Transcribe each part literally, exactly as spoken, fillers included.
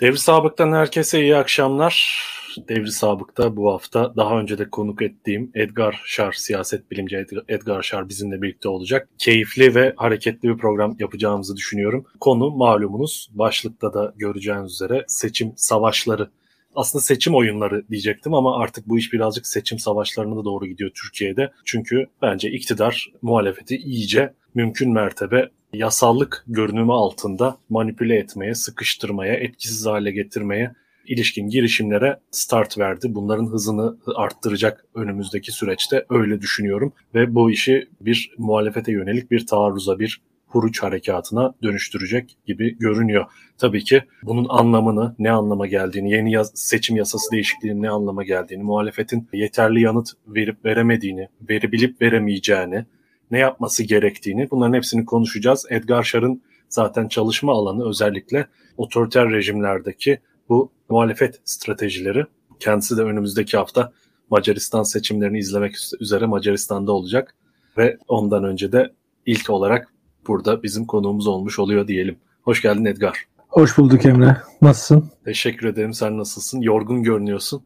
Devri Sabık'tan herkese iyi akşamlar. Devri Sabık'ta bu hafta daha önce de konuk ettiğim Edgar Şar, siyaset bilimci Edgar Şar bizimle birlikte olacak. Keyifli ve hareketli bir program yapacağımızı düşünüyorum. Konu malumunuz, başlıkta da göreceğiniz üzere seçim savaşları. Aslında seçim oyunları diyecektim ama artık bu iş birazcık seçim savaşlarına da doğru gidiyor Türkiye'de. Çünkü bence iktidar muhalefeti iyice mümkün mertebe yasallık görünümü altında manipüle etmeye, sıkıştırmaya, etkisiz hale getirmeye ilişkin girişimlere start verdi. Bunların hızını arttıracak önümüzdeki süreçte, öyle düşünüyorum. Ve bu işi bir muhalefete yönelik bir taarruza, bir huruç harekatına dönüştürecek gibi görünüyor. Tabii ki bunun anlamını, ne anlama geldiğini, yeni yaz, seçim yasası değişikliğinin ne anlama geldiğini, muhalefetin yeterli yanıt verip veremediğini, verebilip veremeyeceğini, ne yapması gerektiğini, bunların hepsini konuşacağız. Edgar Şar'ın zaten çalışma alanı özellikle otoriter rejimlerdeki bu muhalefet stratejileri. Kendisi de önümüzdeki hafta Macaristan seçimlerini izlemek üzere Macaristan'da olacak ve ondan önce de ilk olarak burada bizim konuğumuz olmuş oluyor diyelim. Hoş geldin Edgar. Hoş bulduk Emre. Nasılsın? Teşekkür ederim. Sen nasılsın? Yorgun görünüyorsun.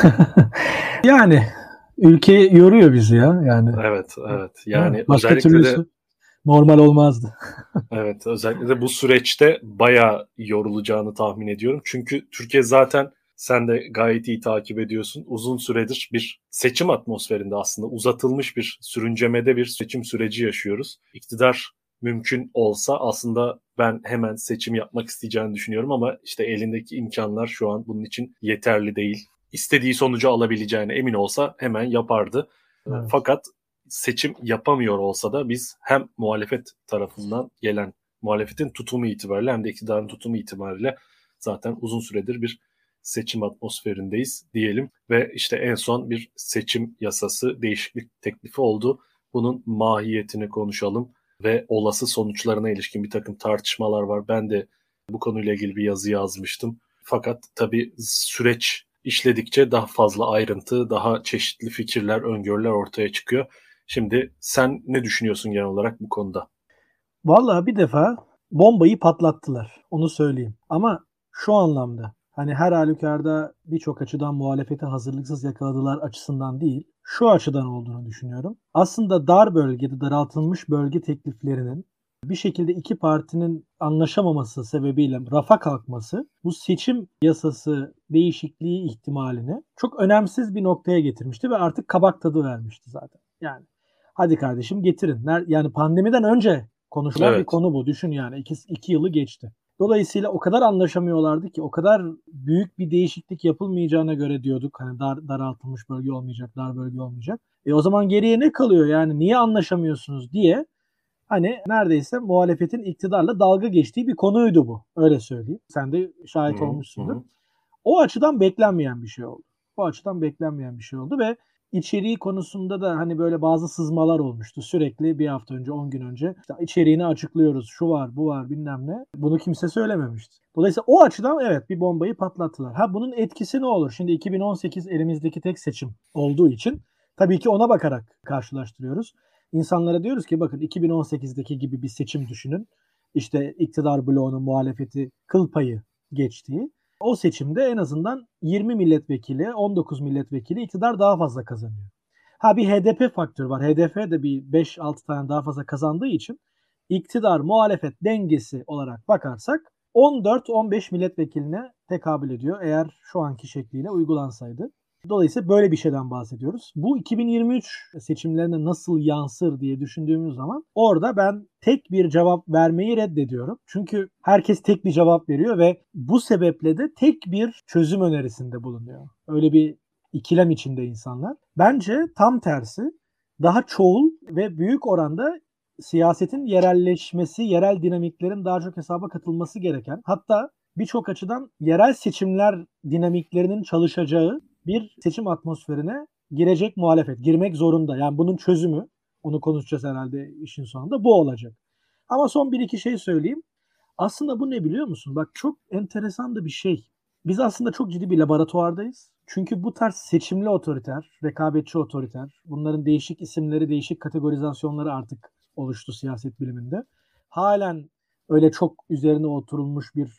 Yani ülke yoruyor bizi ya. Yani. Evet, evet. Yani Başka özellikle türlüsü de normal olmazdı. evet, özellikle de bu süreçte bayağı yorulacağını tahmin ediyorum. Çünkü Türkiye zaten, sen de gayet iyi takip ediyorsun, uzun süredir bir seçim atmosferinde, aslında uzatılmış bir sürüncemede bir seçim süreci yaşıyoruz. İktidar mümkün olsa aslında ben hemen seçim yapmak isteyeceğini düşünüyorum ama işte elindeki imkanlar şu an bunun için yeterli değil. İstediği sonucu alabileceğine emin olsa hemen yapardı. Evet. Fakat seçim yapamıyor olsa da biz hem muhalefet tarafından gelen, muhalefetin tutumu itibariyle hem de iktidarın tutumu itibariyle zaten uzun süredir bir seçim atmosferindeyiz diyelim. Ve işte en son bir seçim yasası değişiklik teklifi oldu. Bunun mahiyetini konuşalım ve olası sonuçlarına ilişkin bir takım tartışmalar var. Ben de bu konuyla ilgili bir yazı yazmıştım. Fakat tabii süreç işledikçe daha fazla ayrıntı, daha çeşitli fikirler, öngörüler ortaya çıkıyor. Şimdi sen ne düşünüyorsun genel olarak bu konuda? Vallahi bir defa bombayı patlattılar. Onu söyleyeyim. Ama şu anlamda, hani her halükarda birçok açıdan muhalefeti hazırlıksız yakaladılar açısından değil, şu açıdan olduğunu düşünüyorum. Aslında dar bölgede, daraltılmış bölge tekliflerinin bir şekilde iki partinin anlaşamaması sebebiyle rafa kalkması bu seçim yasası değişikliği ihtimalini çok önemsiz bir noktaya getirmişti ve artık kabak tadı vermişti zaten. Yani hadi kardeşim getirin. Yani pandemiden önce konuşulan evet. bir konu bu. Düşün yani iki, iki yılı geçti. Dolayısıyla o kadar anlaşamıyorlardı ki, o kadar büyük bir değişiklik yapılmayacağına göre diyorduk. Hani dar, daraltılmış bölge olmayacak, dar bölge olmayacak. E o zaman geriye ne kalıyor yani, niye anlaşamıyorsunuz diye hani neredeyse muhalefetin iktidarla dalga geçtiği bir konuydu bu. Öyle söyleyeyim. Sen de şahit hı, olmuşsundur. Hı. O açıdan beklenmeyen bir şey oldu. O açıdan beklenmeyen bir şey oldu ve İçeriği konusunda da hani böyle bazı sızmalar olmuştu. Sürekli bir hafta önce, on gün önce işte içeriğini açıklıyoruz. Şu var, bu var, bilmem ne. Bunu kimse söylememişti. Dolayısıyla o açıdan evet, bir bombayı patlattılar. Ha, bunun etkisi ne olur? Şimdi iki bin on sekiz elimizdeki tek seçim olduğu için tabii ki ona bakarak karşılaştırıyoruz. İnsanlara diyoruz ki bakın, iki bin on sekizdeki gibi bir seçim düşünün. İşte iktidar bloğunun muhalefeti kıl payı geçtiği. O seçimde en azından yirmi milletvekili, on dokuz milletvekili iktidar daha fazla kazanıyor. Ha, bir H D P faktörü var. H D P de bir beş altı tane daha fazla kazandığı için iktidar muhalefet dengesi olarak bakarsak on dört on beş milletvekiline tekabül ediyor eğer şu anki şekliyle uygulansaydı. Dolayısıyla böyle bir şeyden bahsediyoruz. Bu iki bin yirmi üç seçimlerine nasıl yansır diye düşündüğümüz zaman orada ben tek bir cevap vermeyi reddediyorum. Çünkü herkes tek bir cevap veriyor ve bu sebeple de tek bir çözüm önerisinde bulunuyor. Öyle bir ikilem içinde insanlar. Bence tam tersi, daha çoğul ve büyük oranda siyasetin yerelleşmesi, yerel dinamiklerin daha çok hesaba katılması gereken, hatta birçok açıdan yerel seçimler dinamiklerinin çalışacağı bir seçim atmosferine girecek muhalefet. Girmek zorunda. Yani bunun çözümü, onu konuşacağız herhalde işin sonunda, bu olacak. Ama son bir iki şey söyleyeyim. Aslında bu ne biliyor musun? Bak, çok enteresan da bir şey. Biz aslında çok ciddi bir laboratuvardayız. Çünkü bu tarz seçimli otoriter, rekabetçi otoriter, bunların değişik isimleri, değişik kategorizasyonları artık oluştu siyaset biliminde. Halen öyle çok üzerine oturulmuş bir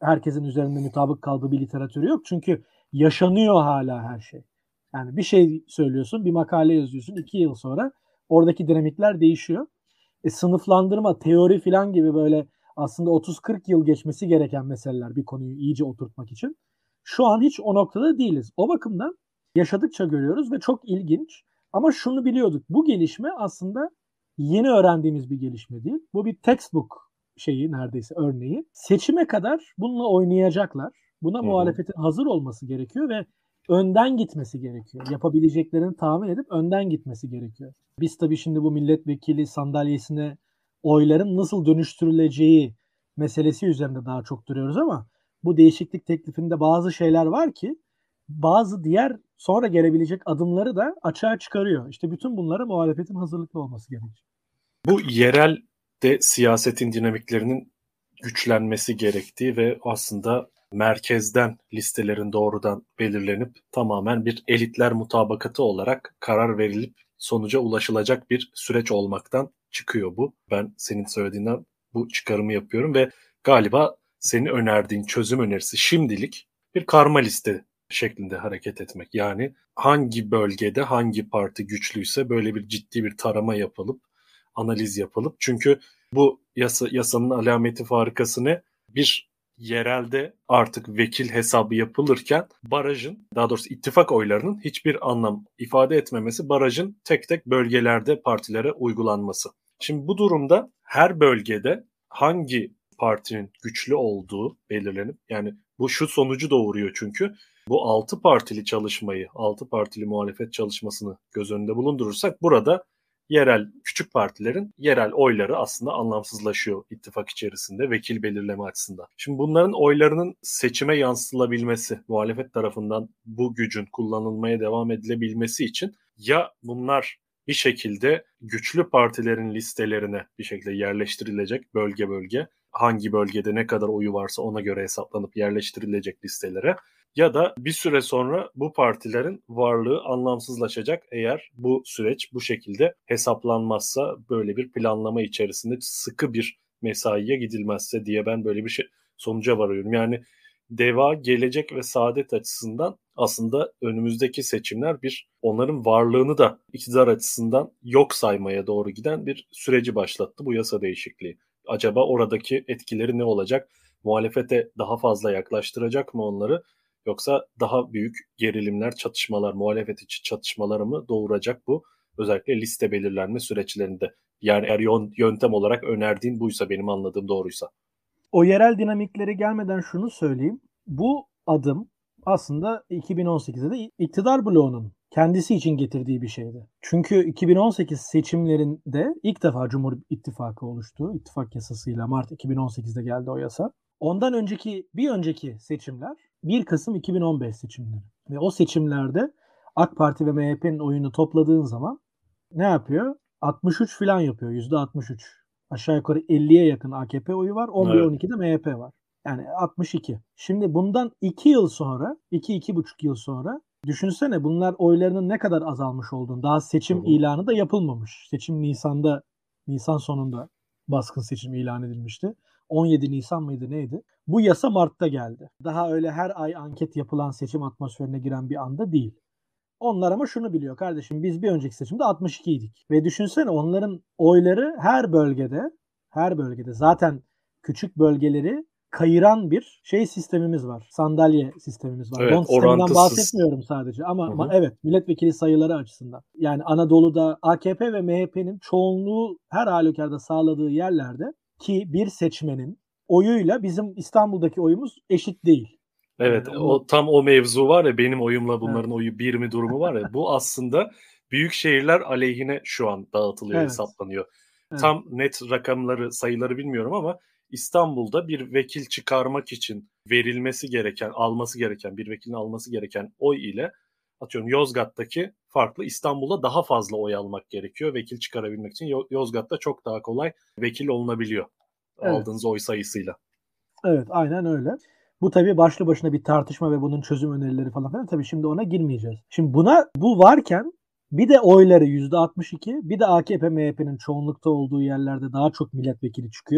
herkesin üzerinde mutabık kaldığı bir literatürü yok. Çünkü yaşanıyor hala her şey. Yani bir şey söylüyorsun, bir makale yazıyorsun. iki yıl sonra oradaki dinamikler değişiyor. E, sınıflandırma, teori falan gibi böyle aslında otuz kırk yıl geçmesi gereken meseleler bir konuyu iyice oturtmak için. Şu an hiç o noktada değiliz. O bakımdan yaşadıkça görüyoruz ve çok ilginç. Ama şunu biliyorduk. Bu gelişme aslında yeni öğrendiğimiz bir gelişme değil. Bu bir textbook şeyi neredeyse örneği. Seçime kadar bununla oynayacaklar. Buna Hı hı. muhalefetin hazır olması gerekiyor ve önden gitmesi gerekiyor. Yapabileceklerini tahmin edip önden gitmesi gerekiyor. Biz tabii şimdi bu milletvekili sandalyesine oyların nasıl dönüştürüleceği meselesi üzerinde daha çok duruyoruz ama bu değişiklik teklifinde bazı şeyler var ki bazı diğer sonra gelebilecek adımları da açığa çıkarıyor. İşte bütün bunlara muhalefetin hazırlıklı olması gerekiyor. Bu yerel de siyasetin dinamiklerinin güçlenmesi gerektiği ve aslında merkezden listelerin doğrudan belirlenip tamamen bir elitler mutabakatı olarak karar verilip sonuca ulaşılacak bir süreç olmaktan çıkıyor bu. Ben senin söylediğinden bu çıkarımı yapıyorum ve galiba senin önerdiğin çözüm önerisi şimdilik bir karma liste şeklinde hareket etmek. Yani hangi bölgede hangi parti güçlüyse böyle bir ciddi bir tarama yapılıp analiz yapılıp, çünkü bu yasa, yasanın alameti farikası ne? Bir yerelde artık vekil hesabı yapılırken barajın, daha doğrusu ittifak oylarının hiçbir anlam ifade etmemesi, barajın tek tek bölgelerde partilere uygulanması. Şimdi bu durumda her bölgede hangi partinin güçlü olduğu belirlenip, yani bu şu sonucu doğuruyor çünkü bu altı partili çalışmayı, altı partili muhalefet çalışmasını göz önünde bulundurursak burada yerel küçük partilerin yerel oyları aslında anlamsızlaşıyor ittifak içerisinde vekil belirleme açısından. Şimdi bunların oylarının seçime yansıtılabilmesi, muhalefet tarafından bu gücün kullanılmaya devam edilebilmesi için ya bunlar bir şekilde güçlü partilerin listelerine bir şekilde yerleştirilecek bölge bölge, hangi bölgede ne kadar oyu varsa ona göre hesaplanıp yerleştirilecek listelere, ya da bir süre sonra bu partilerin varlığı anlamsızlaşacak eğer bu süreç bu şekilde hesaplanmazsa, böyle bir planlama içerisinde sıkı bir mesaiye gidilmezse diye ben böyle bir şey sonuca varıyorum. Yani DEVA, Gelecek ve Saadet açısından aslında önümüzdeki seçimler bir onların varlığını da iktidar açısından yok saymaya doğru giden bir süreci başlattı bu yasa değişikliği. Acaba oradaki etkileri ne olacak? Muhalefete daha fazla yaklaştıracak mı onları? Yoksa daha büyük gerilimler, çatışmalar, muhalefet içi çatışmaları mı doğuracak bu? Özellikle liste belirlenme süreçlerinde. Yani eğer yöntem olarak önerdiğin buysa, benim anladığım doğruysa. O yerel dinamiklere gelmeden şunu söyleyeyim. Bu adım aslında iki bin on sekizde de iktidar bloğunun kendisi için getirdiği bir şeydi. Çünkü iki bin on sekiz seçimlerinde ilk defa Cumhur İttifakı oluştu. İttifak yasasıyla Mart iki bin on sekizde geldi o yasa. Ondan önceki, bir önceki seçimler bir Kasım iki bin on beş seçimleri. Ve o seçimlerde AK Parti ve M H P'nin oyunu topladığın zaman ne yapıyor? altmış üç falan yapıyor. yüzde altmış üç. Aşağı yukarı elliye yakın A K P oyu var. on bir on iki de M H P var. Yani altmış iki. Şimdi bundan iki yıl sonra, iki iki buçuk yıl sonra düşünsene bunlar oylarının ne kadar azalmış olduğunu. Daha seçim hı hı. ilanı da yapılmamış. Seçim Nisan'da, Nisan sonunda baskın seçim ilan edilmişti. on yedi Nisan mıydı neydi? Bu yasa Mart'ta geldi. Daha öyle her ay anket yapılan seçim atmosferine giren bir anda değil. Onlar ama şunu biliyor kardeşim, biz bir önceki seçimde altmış iki idik. Ve düşünsene onların oyları her bölgede, her bölgede zaten küçük bölgeleri kayıran bir şey sistemimiz var. Sandalye sistemimiz var. Evet, Don sisteminden orantısız. bahsetmiyorum sadece ama ma- evet milletvekili sayıları açısından. Yani Anadolu'da A K P ve M H P'nin çoğunluğu her halükarda sağladığı yerlerde ki bir seçmenin oyuyla bizim İstanbul'daki oyumuz eşit değil. Evet, Yani o onu... tam o mevzu var ya, benim oyumla bunların Evet. oyu bir mi durumu var ya, bu aslında büyük şehirler aleyhine şu an dağıtılıyor, Evet. hesaplanıyor. Evet. Tam net rakamları, sayıları bilmiyorum ama İstanbul'da bir vekil çıkarmak için verilmesi gereken, alması gereken, bir vekilin alması gereken oy ile atıyorum Yozgat'taki farklı, İstanbul'da daha fazla oy almak gerekiyor vekil çıkarabilmek için. Yozgat'ta çok daha kolay vekil olunabiliyor Evet. aldığınız oy sayısıyla. Evet, aynen öyle. Bu tabii başlı başına bir tartışma ve bunun çözüm önerileri falan filan. Tabii şimdi ona girmeyeceğiz. Şimdi buna bu varken bir de oyları yüzde altmış iki, bir de A K P M H P'nin çoğunlukta olduğu yerlerde daha çok milletvekili çıkıyor.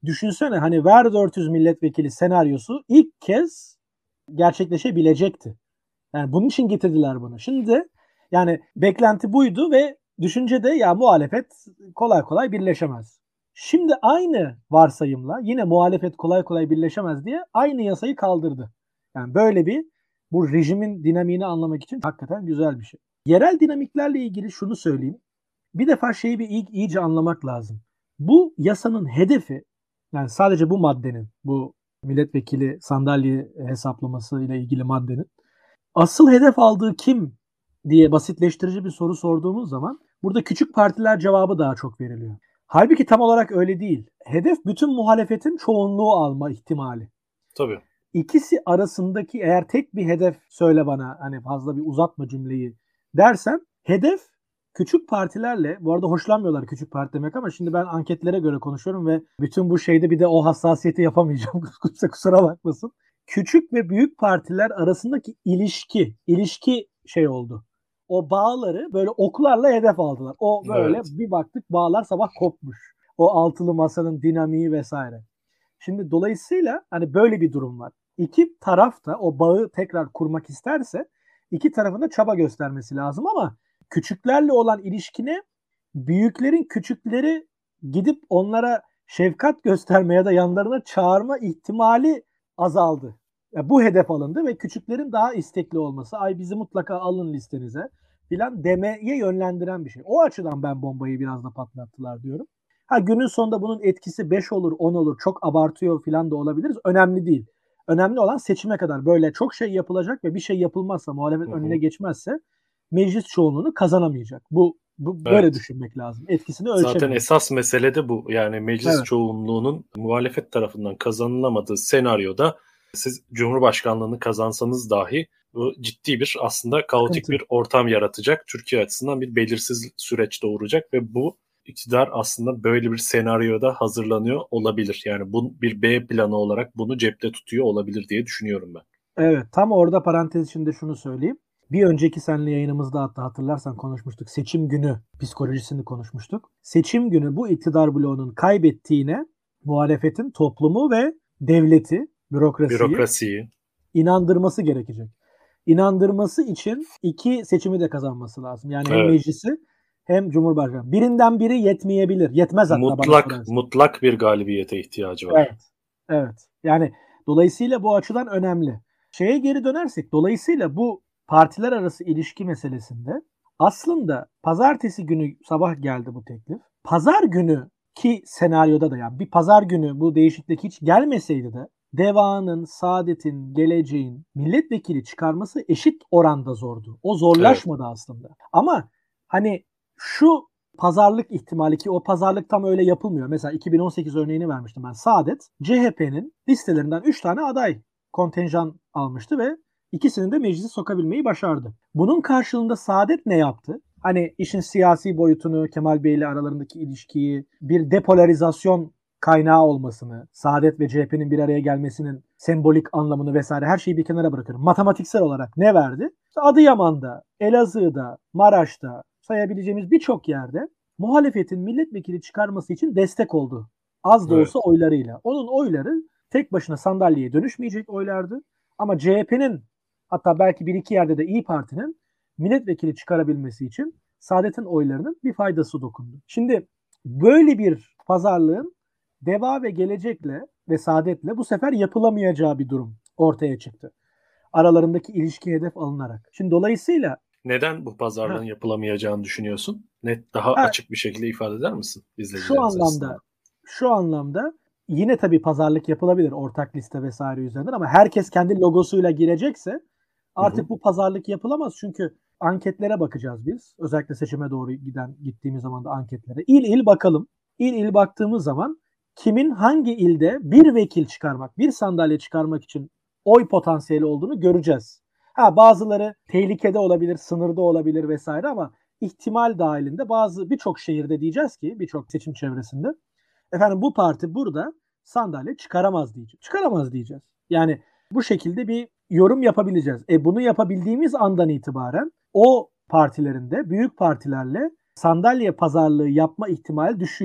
düşünsene hani ver dört yüz milletvekili senaryosu ilk kez gerçekleşebilecekti. Yani bunun için getirdiler bunu. Şimdi yani beklenti buydu ve düşünce de ya muhalefet kolay kolay birleşemez. Şimdi aynı varsayımla yine muhalefet kolay kolay birleşemez diye aynı yasayı kaldırdı. Yani böyle bir bu rejimin dinamiğini anlamak için hakikaten güzel bir şey. Yerel dinamiklerle ilgili şunu söyleyeyim. Bir defa şeyi bir iy- iyice anlamak lazım. Bu yasanın hedefi yani sadece bu maddenin, bu milletvekili sandalye hesaplaması ile ilgili maddenin asıl hedef aldığı kim diye basitleştirici bir soru sorduğumuz zaman burada küçük partiler cevabı daha çok veriliyor. Halbuki tam olarak öyle değil. Hedef bütün muhalefetin çoğunluğu alma ihtimali. Tabii. İkisi arasındaki eğer tek bir hedef söyle bana hani fazla bir uzatma cümleyi dersen hedef küçük partilerle bu arada hoşlanmıyorlar küçük parti demek ama şimdi ben anketlere göre konuşuyorum ve bütün bu şeyde bir de o hassasiyeti yapamayacağım. Kimse kusura bakmasın. Küçük ve büyük partiler arasındaki ilişki, ilişki şey oldu. O bağları böyle oklarla hedef aldılar. O böyle Evet. bir baktık bağlar sabah kopmuş. O altılı masanın dinamiği vesaire. Şimdi dolayısıyla hani böyle bir durum var. İki taraf da o bağı tekrar kurmak isterse iki tarafın da çaba göstermesi lazım ama küçüklerle olan ilişkine büyüklerin küçükleri gidip onlara şefkat gösterme ya da yanlarına çağırma ihtimali azaldı. Yani bu hedef alındı ve küçüklerin daha istekli olması, ay bizi mutlaka alın listenize filan demeye yönlendiren bir şey. O açıdan ben bombayı biraz da patlattılar diyorum. Ha günün sonunda bunun etkisi beş olur, on olur, çok abartıyor filan da olabiliriz. Önemli değil. Önemli olan seçime kadar böyle çok şey yapılacak ve bir şey yapılmazsa, muhalefet Hı önüne hı. geçmezse meclis çoğunluğunu kazanamayacak. Bu, bu böyle Evet. düşünmek lazım. Etkisini Zaten ölçemiyor. esas mesele de bu. Yani meclis Evet. çoğunluğunun muhalefet tarafından kazanılamadığı senaryoda siz Cumhurbaşkanlığını kazansanız dahi bu ciddi bir aslında kaotik Sıkıntı. bir ortam yaratacak. Türkiye açısından bir belirsiz süreç doğuracak ve bu iktidar aslında böyle bir senaryoda hazırlanıyor olabilir. Yani bu bir B planı olarak bunu cepte tutuyor olabilir diye düşünüyorum ben. Evet. Tam orada parantez içinde şunu söyleyeyim. Bir önceki seninle yayınımızda hatta hatırlarsan konuşmuştuk. Seçim günü psikolojisini konuşmuştuk. Seçim günü bu iktidar bloğunun kaybettiğine muhalefetin toplumu ve devleti, bürokrasiyi Bürokrasiyi. inandırması gerekecek. İnandırması için iki seçimi de kazanması lazım. Yani hem Evet. meclisi hem cumhurbaşkanı. Birinden biri yetmeyebilir. Yetmez hatta bana Mutlak, sorarsan. mutlak bir galibiyete ihtiyacı var. Evet. Evet. Yani dolayısıyla bu açıdan önemli. Şeye geri dönersek dolayısıyla bu partiler arası ilişki meselesinde aslında pazartesi günü sabah geldi bu teklif. Pazar günü ki senaryoda da yani bir pazar günü bu değişiklik hiç gelmeseydi de Deva'nın, Saadet'in, Geleceğin milletvekili çıkarması eşit oranda zordu. O Evet. zorlaşmadı aslında. Ama hani şu pazarlık ihtimali ki o pazarlık tam öyle yapılmıyor. Mesela iki bin on sekiz örneğini vermiştim ben. Saadet C H P'nin listelerinden üç tane aday kontenjan almıştı ve ikisini de meclise sokabilmeyi başardı. Bunun karşılığında Saadet ne yaptı? Hani işin siyasi boyutunu, Kemal Bey ile aralarındaki ilişkiyi, bir depolarizasyon kaynağı olmasını, Saadet ve C H P'nin bir araya gelmesinin sembolik anlamını vesaire her şeyi bir kenara bırakıyorum. Matematiksel olarak ne verdi? İşte Adıyaman'da, Elazığ'da, Maraş'ta sayabileceğimiz birçok yerde muhalefetin milletvekili çıkarması için destek oldu. Az da Evet. olsa oylarıyla. Onun oyları tek başına sandalyeye dönüşmeyecek oylardı. Ama C H P'nin hatta belki bir iki yerde de İyi Parti'nin milletvekili çıkarabilmesi için Saadet'in oylarının bir faydası dokundu. Şimdi böyle bir pazarlığın Deva ve Gelecek'le ve Saadet'le bu sefer yapılamayacağı bir durum ortaya çıktı. Aralarındaki ilişki hedef alınarak. Şimdi dolayısıyla Neden bu pazarlığın ha, yapılamayacağını düşünüyorsun? Net daha ha, açık bir şekilde ifade eder misin şu izleyicilerimiz açısından? anlamda şu anlamda yine tabii pazarlık yapılabilir ortak liste vesaire üzerinden ama herkes kendi logosuyla girecekse Hı hı. artık bu pazarlık yapılamaz çünkü anketlere bakacağız biz. Özellikle seçime doğru giden gittiğimiz zaman da anketlere. İl il bakalım. İl il baktığımız zaman kimin hangi ilde bir vekil çıkarmak, bir sandalye çıkarmak için oy potansiyeli olduğunu göreceğiz. Ha bazıları tehlikede olabilir, sınırda olabilir vesaire ama ihtimal dahilinde bazı birçok şehirde diyeceğiz ki birçok seçim çevresinde efendim bu parti burada sandalye çıkaramaz diyeceğiz. Çıkaramaz diyeceğiz. Yani bu şekilde bir yorum yapabileceğiz. E bunu yapabildiğimiz andan itibaren o partilerin de büyük partilerle sandalye pazarlığı yapma ihtimali düşüyor.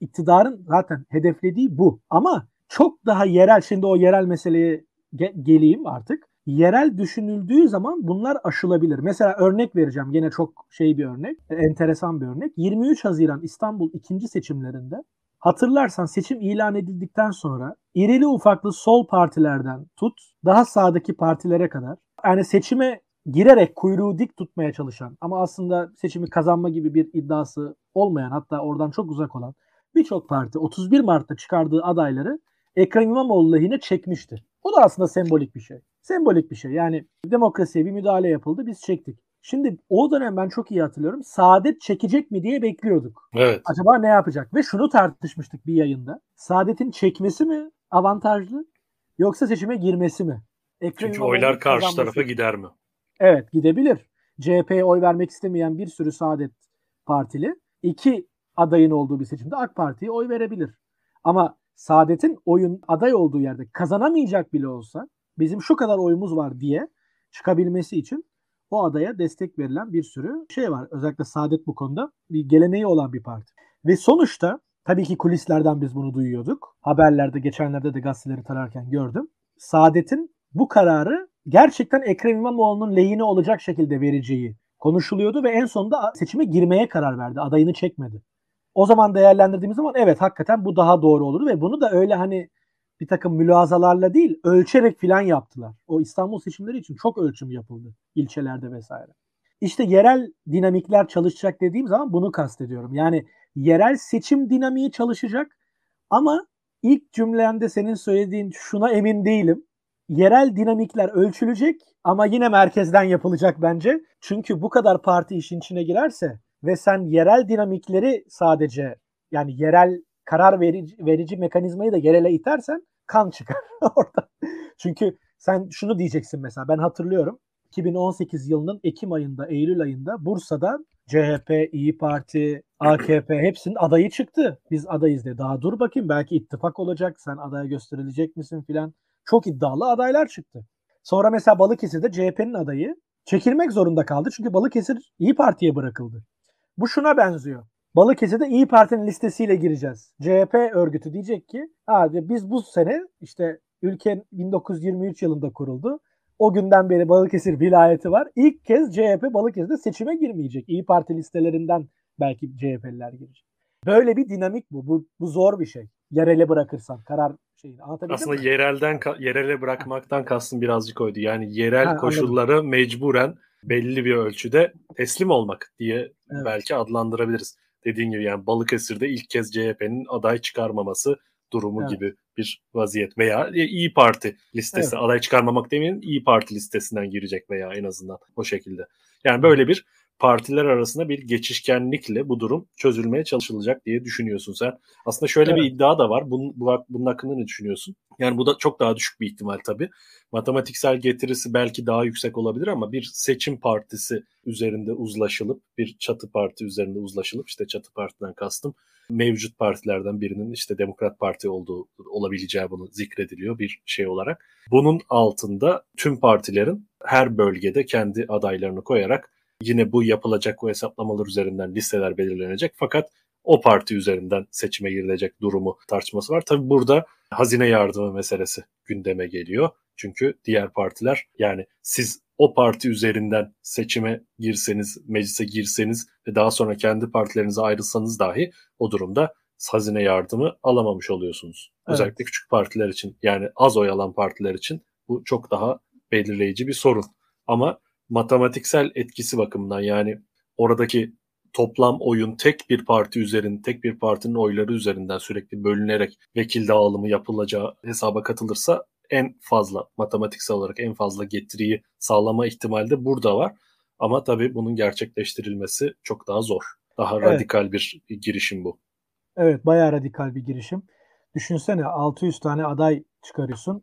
iktidarın zaten hedeflediği bu. Ama çok daha yerel, şimdi o yerel meseleye ge- geleyim artık. Yerel düşünüldüğü zaman bunlar aşılabilir. Mesela örnek vereceğim. Yine çok şey bir örnek. Enteresan bir örnek. yirmi üç Haziran İstanbul ikinci seçimlerinde hatırlarsan seçim ilan edildikten sonra irili ufaklı sol partilerden tut daha sağdaki partilere kadar yani seçime girerek kuyruğu dik tutmaya çalışan ama aslında seçimi kazanma gibi bir iddiası olmayan, hatta oradan çok uzak olan birçok parti otuz bir Mart'ta çıkardığı adayları Ekrem İmamoğlu lehine çekmişti. O da aslında sembolik bir şey. Sembolik bir şey. Yani demokrasiye bir müdahale yapıldı, biz çektik. Şimdi o dönem ben çok iyi hatırlıyorum. Saadet çekecek mi diye bekliyorduk. Evet. Acaba ne yapacak? Ve şunu tartışmıştık bir yayında. Saadet'in çekmesi mi avantajlı yoksa seçime girmesi mi? Ekrem Çünkü oylar karşı tarafa gider mi? Evet, gidebilir. C H P'ye oy vermek istemeyen bir sürü Saadet Partili iki adayın olduğu bir seçimde AK Parti'ye oy verebilir. Ama Saadet'in oyun aday olduğu yerde kazanamayacak bile olsa bizim şu kadar oyumuz var diye çıkabilmesi için o adaya destek verilen bir sürü şey var. Özellikle Saadet bu konuda bir geleneği olan bir parti. Ve sonuçta tabii ki kulislerden biz bunu duyuyorduk. Haberlerde geçenlerde de gazeteleri tararken gördüm. Saadet'in bu kararı gerçekten Ekrem İmamoğlu'nun lehine olacak şekilde vereceği konuşuluyordu ve en sonunda seçime girmeye karar verdi. Adayını çekmedi. O zaman değerlendirdiğimiz zaman evet hakikaten bu daha doğru olur ve bunu da öyle hani bir takım mülazalarla değil ölçerek filan yaptılar. O İstanbul seçimleri için çok ölçüm yapıldı ilçelerde vesaire. İşte yerel dinamikler çalışacak dediğim zaman bunu kastediyorum. Yani yerel seçim dinamiği çalışacak ama ilk cümlende senin söylediğin şuna emin değilim. Yerel dinamikler ölçülecek ama yine merkezden yapılacak bence. Çünkü bu kadar parti işin içine girerse ve sen yerel dinamikleri sadece yani yerel karar verici, verici mekanizmayı da yerele itersen kan çıkar orada. Çünkü sen şunu diyeceksin mesela, ben hatırlıyorum iki bin on sekiz yılının Ekim ayında, Eylül ayında Bursa'da C H P, İyi Parti, A K P hepsinin adayı çıktı. Biz adayız diye. Daha dur bakayım belki ittifak olacak, sen adaya gösterilecek misin filan. Çok iddialı adaylar çıktı. Sonra mesela Balıkesir'de C H P'nin adayı çekilmek zorunda kaldı. Çünkü Balıkesir İyi Parti'ye bırakıldı. Bu şuna benziyor. Balıkesir'de İyi Parti'nin listesiyle gireceğiz. C H P örgütü diyecek ki abi biz bu sene işte ülke bin dokuz yüz yirmi üç yılında kuruldu. O günden beri Balıkesir vilayeti var. İlk kez C H P Balıkesir'de seçime girmeyecek. İyi Parti listelerinden belki C H P'liler girecek. Böyle bir dinamik bu. Bu, bu zor bir şey. Yerele bırakırsan karar şeyini. Anlatabildim Aslında mi? yerelden yerele bırakmaktan kastım birazcık oydu. Yani yerel Ha, koşulları anladım. mecburen belli bir ölçüde teslim olmak diye Evet. belki adlandırabiliriz. Dediğin gibi yani Balıkesir'de ilk kez C H P'nin aday çıkarmaması durumu Evet. gibi bir vaziyet veya İyi Parti listesi evet. Aday çıkarmamak demeyelim, İyi Parti listesinden girecek veya en azından o şekilde. Yani böyle bir partiler arasında bir geçişkenlikle bu durum çözülmeye çalışılacak diye düşünüyorsun sen. Aslında şöyle evet. bir iddia da var. Bunun, bunun hakkında ne düşünüyorsun? Yani bu da çok daha düşük bir ihtimal tabii. Matematiksel getirisi belki daha yüksek olabilir ama bir seçim partisi üzerinde uzlaşılıp, bir çatı parti üzerinde uzlaşılıp, işte çatı partiden kastım mevcut partilerden birinin işte Demokrat Parti olduğu olabileceği bunu zikrediliyor bir şey olarak. Bunun altında tüm partilerin her bölgede kendi adaylarını koyarak yine bu yapılacak o hesaplamalar üzerinden listeler belirlenecek. Fakat o parti üzerinden seçime girilecek durumu tartışması var. Tabii burada hazine yardımı meselesi gündeme geliyor. Çünkü diğer partiler yani siz o parti üzerinden seçime girseniz, meclise girseniz ve daha sonra kendi partilerinize ayrılsanız dahi o durumda hazine yardımı alamamış oluyorsunuz. Evet. Özellikle küçük partiler için yani az oy alan partiler için bu çok daha belirleyici bir sorun. Ama matematiksel etkisi bakımından yani oradaki toplam oyun tek bir parti üzerinde, tek bir partinin oyları üzerinden sürekli bölünerek vekil dağılımı yapılacağı hesaba katılırsa en fazla matematiksel olarak en fazla getiriyi sağlama ihtimali de burada var. Ama tabii bunun gerçekleştirilmesi çok daha zor. Daha evet. radikal bir girişim bu. Evet, bayağı radikal bir girişim. Düşünsene altı yüz tane aday çıkarıyorsun.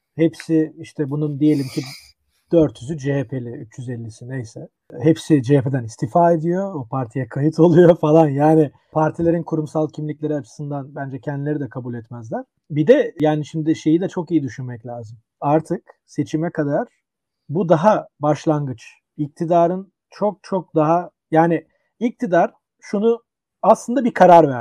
Hepsi işte bunun diyelim ki dört yüzü C H P'li, üç yüz ellisi neyse. Hepsi C H P'den istifa ediyor. O partiye kayıt oluyor falan. Yani partilerin kurumsal kimlikleri açısından bence kendileri de kabul etmezler. Bir de yani şimdi şeyi de çok iyi düşünmek lazım. Artık seçime kadar bu daha başlangıç. İktidarın çok çok daha yani iktidar şunu aslında bir karar verdi.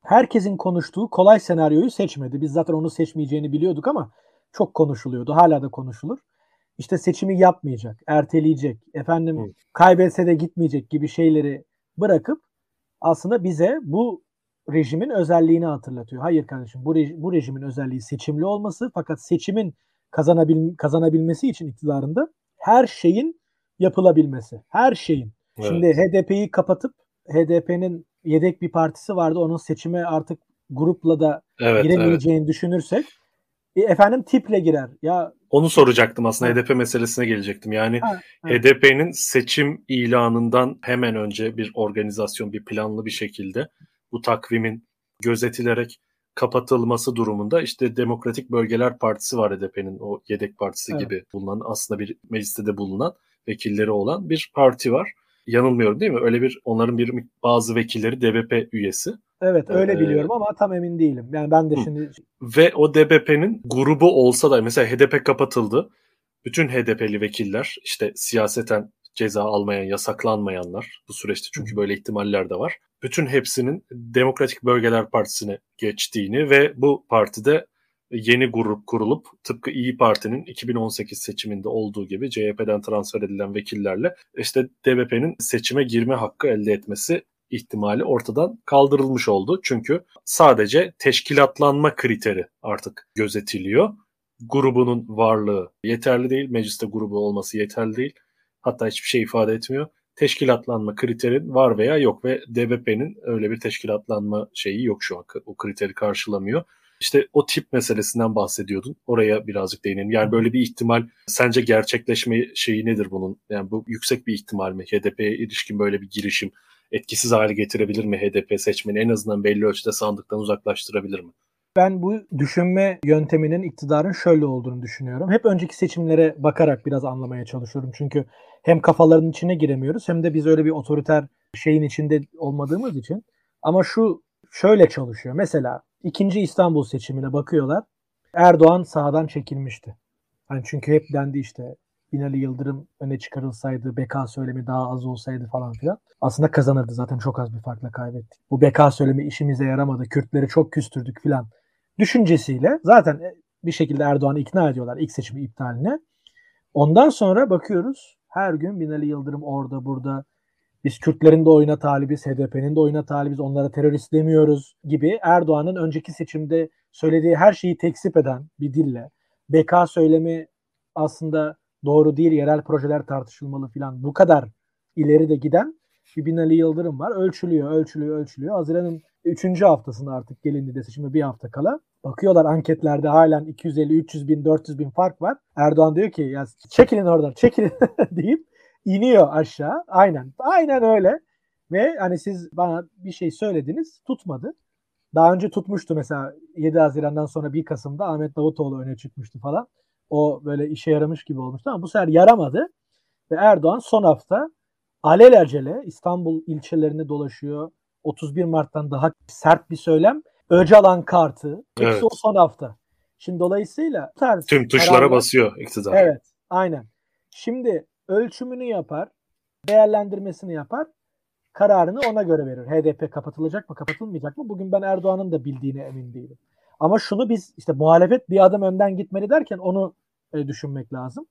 herkesin konuştuğu kolay senaryoyu seçmedi. Biz zaten onu seçmeyeceğini biliyorduk ama çok konuşuluyordu. Hala da konuşulur. İşte seçimi yapmayacak, erteleyecek, efendim Hı. kaybetse de gitmeyecek gibi şeyleri bırakıp aslında bize bu rejimin özelliğini hatırlatıyor. Hayır kardeşim, bu, rej- bu rejimin özelliği seçimli olması, fakat seçimin kazanabil kazanabilmesi için iktidarında her şeyin yapılabilmesi. Her şeyin. Şimdi Evet. H D P'yi kapatıp H D P'nin yedek bir partisi vardı. Onun seçime artık grupla da Evet, evet. giremeyeceğini düşünürsek e, efendim tiple girer. Ya Onu soracaktım aslında, ha, H D P meselesine gelecektim. Yani ha, evet, H D P'nin seçim ilanından hemen önce bir organizasyon, bir planlı bir şekilde bu takvimin gözetilerek kapatılması durumunda işte Demokratik Bölgeler Partisi var, H D P'nin o yedek partisi evet. gibi bulunan, aslında bir mecliste de bulunan, vekilleri olan bir parti var. Yanılmıyorum değil mi? Öyle bir, onların bir bazı vekilleri D B P üyesi. Evet, öyle Ee, biliyorum ama tam emin değilim. Yani ben de hı. şimdi Ve o D B P'nin grubu olsa da, mesela H D P kapatıldı. Bütün H D P'li vekiller, işte siyaseten ceza almayan, yasaklanmayanlar bu süreçte, hı hı. çünkü böyle ihtimaller de var. Bütün hepsinin Demokratik Bölgeler Partisi'ne geçtiğini ve bu partide yeni grup kurulup tıpkı İyi Parti'nin iki bin on sekiz seçiminde olduğu gibi C H P'den transfer edilen vekillerle işte D B P'nin seçime girme hakkı elde etmesi ihtimali ortadan kaldırılmış oldu. Çünkü sadece teşkilatlanma kriteri artık gözetiliyor. Grubunun varlığı yeterli değil. Mecliste grubu olması yeterli değil. Hatta hiçbir şey ifade etmiyor. Teşkilatlanma kriterin var veya yok ve D B P'nin öyle bir teşkilatlanma şeyi yok şu an. O kriteri karşılamıyor. İşte o tip meselesinden bahsediyordun. Oraya birazcık değinelim. Yani böyle bir ihtimal, sence gerçekleşme şeyi nedir bunun? Yani bu yüksek bir ihtimal mi? H D P'ye ilişkin böyle bir girişim etkisiz hale getirebilir mi H D P seçmeni? En azından belli ölçüde sandıktan uzaklaştırabilir mi? Ben bu düşünme yönteminin iktidarın şöyle olduğunu düşünüyorum. Hep önceki seçimlere bakarak biraz anlamaya çalışıyorum. Çünkü hem kafaların içine giremiyoruz hem de biz öyle bir otoriter şeyin içinde olmadığımız için. Ama şu şöyle çalışıyor. Mesela ikinci İstanbul seçimine bakıyorlar. Erdoğan sağdan çekilmişti. Hani çünkü hep dendi işte Binali Yıldırım öne çıkarılsaydı, B K söylemi daha az olsaydı falan filan. Aslında kazanırdı, zaten çok az bir farkla kaybettik. Bu B K söylemi işimize yaramadı, Kürtleri çok küstürdük filan düşüncesiyle zaten bir şekilde Erdoğan'ı ikna ediyorlar ilk seçimi iptaline. Ondan sonra bakıyoruz her gün Binali Yıldırım orada burada, biz Kürtlerin de oyuna talibiz, H D P'nin de oyuna talibiz, onlara terörist demiyoruz gibi Erdoğan'ın önceki seçimde söylediği her şeyi tekzip eden bir dille, B K söylemi aslında doğru değil, yerel projeler tartışılmalı filan, bu kadar ileri de giden bir Binali Yıldırım var. Ölçülüyor, ölçülüyor, ölçülüyor. Haziran'ın üçüncü haftasında artık gelindi de seçime bir hafta kala. Bakıyorlar anketlerde halen iki yüz elli üç yüz bin dört yüz bin fark var. Erdoğan diyor ki ya çekilin oradan, çekilin deyip iniyor aşağı. Aynen. Aynen öyle. Ve hani siz bana bir şey söylediniz, tutmadı. Daha önce tutmuştu mesela yedi Haziran'dan sonra bir Kasım'da Ahmet Davutoğlu öne çıkmıştı falan. O böyle işe yaramış gibi olmuştu ama bu sefer yaramadı. Ve Erdoğan son hafta alelacele İstanbul ilçelerinde dolaşıyor. otuz bir Mart'tan daha sert bir söylem. Öcalan kartı. Hepsi o Evet. son hafta. Şimdi dolayısıyla bu tarz Tüm tuşlara kararlar, basıyor iktidar. evet, aynen. Şimdi ölçümünü yapar, değerlendirmesini yapar, kararını ona göre verir. H D P kapatılacak mı, kapatılmayacak mı? Bugün ben Erdoğan'ın da bildiğine emin değilim. Ama şunu biz işte muhalefet bir adım önden gitmeli derken onu e, düşünmek lazım.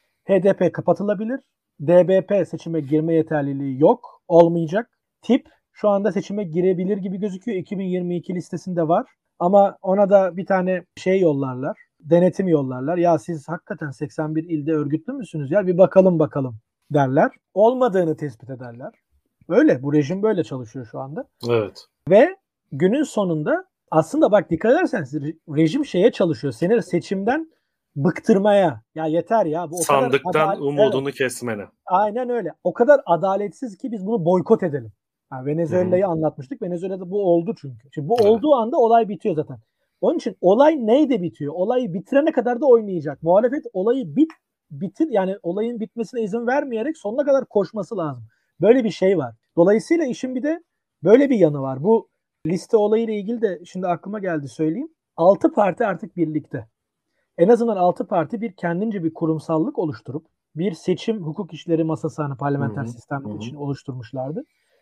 H D P kapatılabilir. D B P seçime girme yeterliliği yok, olmayacak. Tip şu anda seçime girebilir gibi gözüküyor. iki bin yirmi iki listesinde var. Ama ona da bir tane şey yollarlar. Denetim yollarlar. Ya siz hakikaten seksen bir ilde örgütlü müsünüz ya? Bir bakalım bakalım derler. Olmadığını tespit ederler. Öyle. Bu rejim böyle çalışıyor şu anda. Evet. Ve günün sonunda aslında bak dikkat ederseniz rejim şeye çalışıyor. Seni seçimden bıktırmaya. Ya yeter ya. Bu o kadar Sandıktan adalet. Evet. umudunu kesmene. Aynen öyle. O kadar adaletsiz ki biz bunu boykot edelim. Ha, Hı hı. Venezuela'yı anlatmıştık. Venezuela'da bu oldu çünkü. Şimdi bu Evet. olduğu anda olay bitiyor zaten. Onun için olay neyde bitiyor? Olayı bitirene kadar da oynayacak. Muhalefet olayı bit bitir yani olayın bitmesine izin vermeyerek sonuna kadar koşması lazım. Böyle bir şey var. Dolayısıyla işin bir de böyle bir yanı var. Bu liste olayıyla ilgili de şimdi aklıma geldi söyleyeyim. Altı parti artık birlikte. En azından altı parti bir kendince bir kurumsallık oluşturup bir seçim hukuk işleri masası hani Hı parlamenter hı. sistem Hı hı. için oluşturmuşlardı.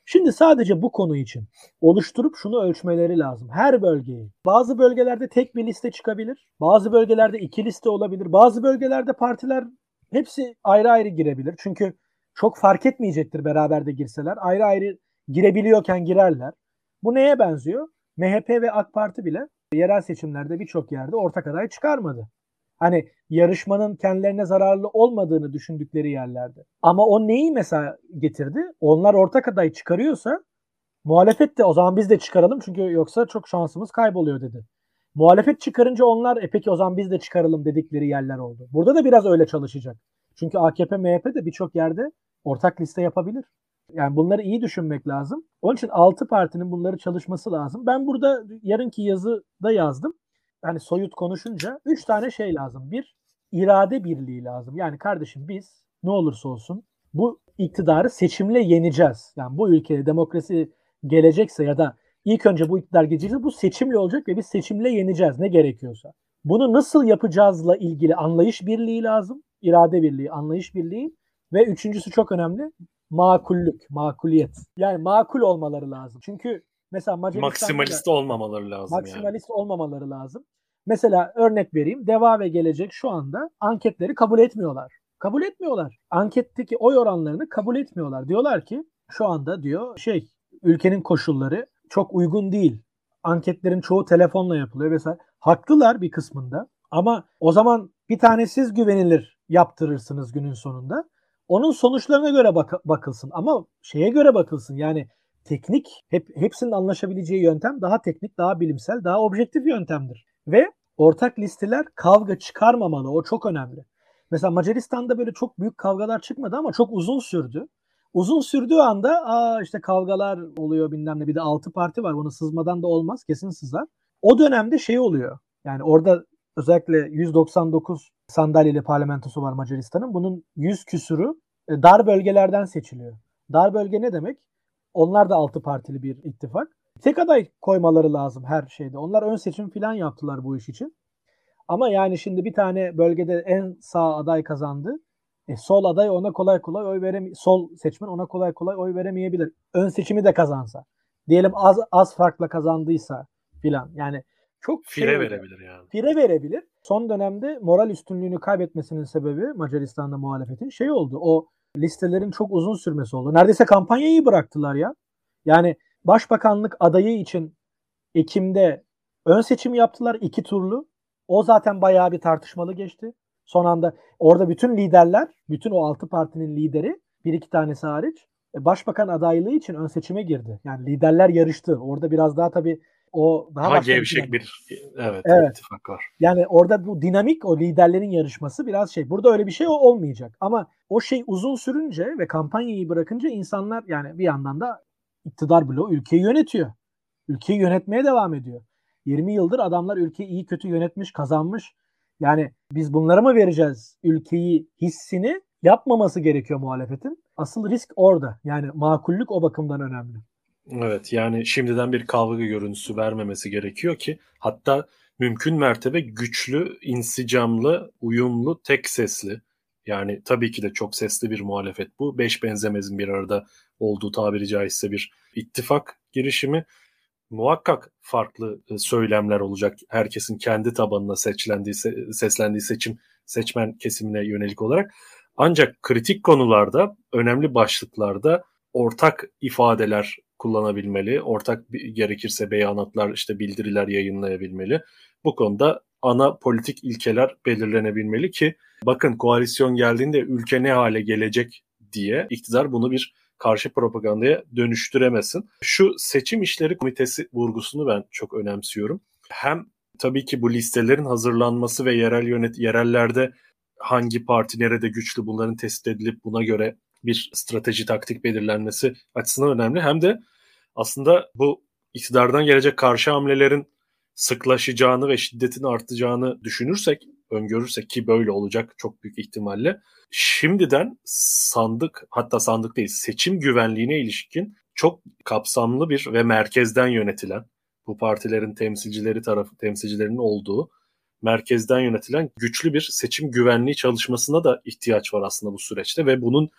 Şimdi sadece bu konu için oluşturup şunu ölçmeleri lazım. Her bölgeyi. Bazı bölgelerde tek bir liste çıkabilir. Bazı bölgelerde iki liste olabilir. Bazı bölgelerde partiler hepsi ayrı ayrı girebilir. Çünkü çok fark etmeyecektir beraber de girseler. Ayrı ayrı girebiliyorken girerler. Bu neye benziyor? M H P ve AK Parti bile yerel seçimlerde birçok yerde ortak aday çıkarmadı. Hani yarışmanın kendilerine zararlı olmadığını düşündükleri yerlerde. Ama o neyi mesela getirdi? Onlar ortak aday çıkarıyorsa muhalefet de o zaman biz de çıkaralım çünkü yoksa çok şansımız kayboluyor dedi. Muhalefet çıkarınca onlar e peki o zaman biz de çıkaralım dedikleri yerler oldu. Burada da biraz öyle çalışacak. Çünkü A K P, M H P de birçok yerde ortak liste yapabilir. Yani bunları iyi düşünmek lazım. Onun için altı partinin bunları çalışması lazım. Ben burada yarınki yazıda yazdım. Hani soyut konuşunca üç tane şey lazım. Bir, irade birliği lazım. Yani kardeşim biz ne olursa olsun bu iktidarı seçimle yeneceğiz. Yani bu ülkede demokrasi gelecekse ya da ilk önce bu iktidar gelecekse bu seçimle olacak ve biz seçimle yeneceğiz ne gerekiyorsa. Bunu nasıl yapacağızla ilgili anlayış birliği lazım. İrade birliği, anlayış birliği ve üçüncüsü çok önemli. Makullük, makuliyet. Yani makul olmaları lazım. Çünkü mesela Macaristan'da maksimalist olmamaları lazım maksimalist yani. olmamaları lazım. Mesela örnek vereyim. Deva ve Gelecek şu anda anketleri kabul etmiyorlar. Kabul etmiyorlar. Anketteki oy oranlarını kabul etmiyorlar. Diyorlar ki şu anda diyor şey ülkenin koşulları çok uygun değil. Anketlerin çoğu telefonla yapılıyor vesaire. Haklılar bir kısmında ama o zaman bir tane siz güvenilir yaptırırsınız günün sonunda. Onun sonuçlarına göre bak- bakılsın ama şeye göre bakılsın. Yani teknik hep hepsinin anlaşabileceği yöntem daha teknik, daha bilimsel, daha objektif yöntemdir. Ve ortak listeler kavga çıkarmamalı. O çok önemli. Mesela Macaristan'da böyle çok büyük kavgalar çıkmadı ama çok uzun sürdü. Uzun sürdüğü anda aa işte kavgalar oluyor bilmem ne. Bir de altı parti var. Bunu sızmadan da olmaz. Kesin sızar. O dönemde şey oluyor. Yani orada özellikle yüz doksan dokuz sandalyeli parlamentosu var Macaristan'ın. Bunun yüz küsürü dar bölgelerden seçiliyor. Dar bölge ne demek? Onlar da altı partili bir ittifak. Tek aday koymaları lazım her şeyde. Onlar ön seçim falan yaptılar bu iş için. Ama yani şimdi bir tane bölgede en sağ aday kazandı. E, sol aday ona kolay kolay oy veremi sol seçmen ona kolay kolay oy veremeyebilir. Ön seçimi de kazansa. Diyelim az az farkla kazandıysa filan. Yani çok şey Fire olacak. verebilir yani. Fire verebilir. Son dönemde moral üstünlüğünü kaybetmesinin sebebi Macaristan'da muhalefetin şey oldu. O listelerin çok uzun sürmesi oldu. Neredeyse kampanyayı bıraktılar ya. Yani başbakanlık adayı için Ekim'de ön seçim yaptılar iki turlu. O zaten bayağı bir tartışmalı geçti. Son anda orada bütün liderler, bütün o altı partinin lideri bir iki tanesi hariç başbakan adaylığı için ön seçime girdi. Yani liderler yarıştı. Orada biraz daha tabii o daha, Daha başka gevşek bir bir evet, evet. ittifak var. Yani orada bu dinamik o liderlerin yarışması biraz şey. Burada öyle bir şey olmayacak. Ama o şey uzun sürünce ve kampanyayı bırakınca insanlar yani bir yandan da iktidar bloğu ülkeyi yönetiyor. Ülkeyi yönetmeye devam ediyor. yirmi yıldır adamlar ülkeyi iyi kötü yönetmiş, kazanmış. Yani biz bunlara mı vereceğiz ülkeyi hissini yapmaması gerekiyor muhalefetin. Asıl risk orada. Yani makullük o bakımdan önemli. Evet, yani şimdiden bir kavga görüntüsü vermemesi gerekiyor ki hatta mümkün mertebe güçlü, insicamlı, uyumlu, tek sesli. Yani tabii ki de çok sesli bir muhalefet bu. Beş benzemezin bir arada olduğu tabiri caizse bir ittifak girişimi. Muhakkak farklı söylemler olacak. Herkesin kendi tabanına seçlendiği, seslendiği seçim seçmen kesimine yönelik olarak. Ancak kritik konularda, önemli başlıklarda ortak ifadeler kullanabilmeli. Ortak gerekirse beyanatlar, işte bildiriler yayınlayabilmeli. Bu konuda ana politik ilkeler belirlenebilmeli ki bakın koalisyon geldiğinde ülke ne hale gelecek diye iktidar bunu bir karşı propagandaya dönüştüremesin. Şu seçim işleri komitesi vurgusunu ben çok önemsiyorum. Hem tabii ki bu listelerin hazırlanması ve yerel yönet yerellerde hangi parti nerede güçlü bunların tespit edilip buna göre bir strateji taktik belirlenmesi açısından önemli. Hem de aslında bu iktidardan gelecek karşı hamlelerin sıklaşacağını ve şiddetin artacağını düşünürsek, öngörürsek ki böyle olacak çok büyük ihtimalle. Şimdiden sandık, hatta sandık değil, seçim güvenliğine ilişkin çok kapsamlı bir ve merkezden yönetilen, bu partilerin temsilcileri tarafı temsilcilerinin olduğu merkezden yönetilen güçlü bir seçim güvenliği çalışmasına da ihtiyaç var aslında bu süreçte ve bunun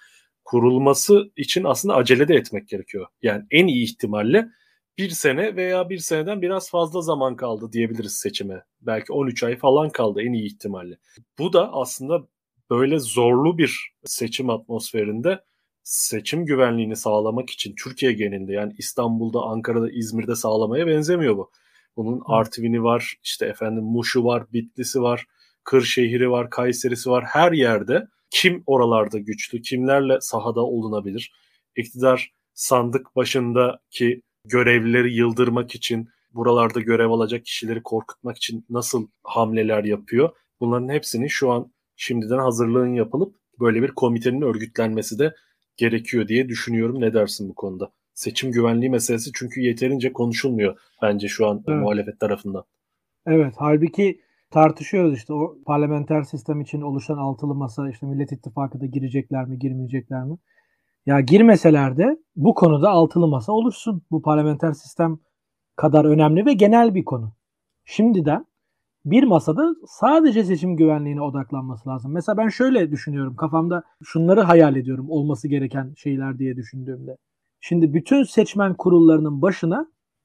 kurulması için aslında acele de etmek gerekiyor. Yani en iyi ihtimalle bir sene veya bir seneden biraz fazla zaman kaldı diyebiliriz seçime. Belki on üç ay falan kaldı en iyi ihtimalle. Bu da aslında böyle zorlu bir seçim atmosferinde seçim güvenliğini sağlamak için Türkiye genelinde, yani İstanbul'da, Ankara'da, İzmir'de sağlamaya benzemiyor bu. Bunun Artvin'i var, işte efendim Muş'u var, Bitlis'i var, Kırşehir'i var, Kayseri'si var. Her yerde kim oralarda güçlü, kimlerle sahada olunabilir? İktidar sandık başındaki görevlileri yıldırmak için, buralarda görev alacak kişileri korkutmak için nasıl hamleler yapıyor? Bunların hepsinin şu an şimdiden hazırlığın yapılıp böyle bir komitenin örgütlenmesi de gerekiyor diye düşünüyorum. Ne dersin bu konuda? Seçim güvenliği meselesi çünkü yeterince konuşulmuyor bence şu an evet. muhalefet tarafından. Evet, halbuki tartışıyoruz işte o parlamenter sistem için oluşan altılı masa, işte Millet İttifakı da girecekler mi, girmeyecekler mi? Ya girmeseler de bu konuda altılı masa olursun. Bu parlamenter sistem kadar önemli ve genel bir konu. Şimdiden bir masada sadece seçim güvenliğine odaklanması lazım. Mesela ben şöyle düşünüyorum. Kafamda şunları hayal ediyorum olması gereken şeyler diye düşündüğümde. Şimdi bütün seçmen kurullarının başına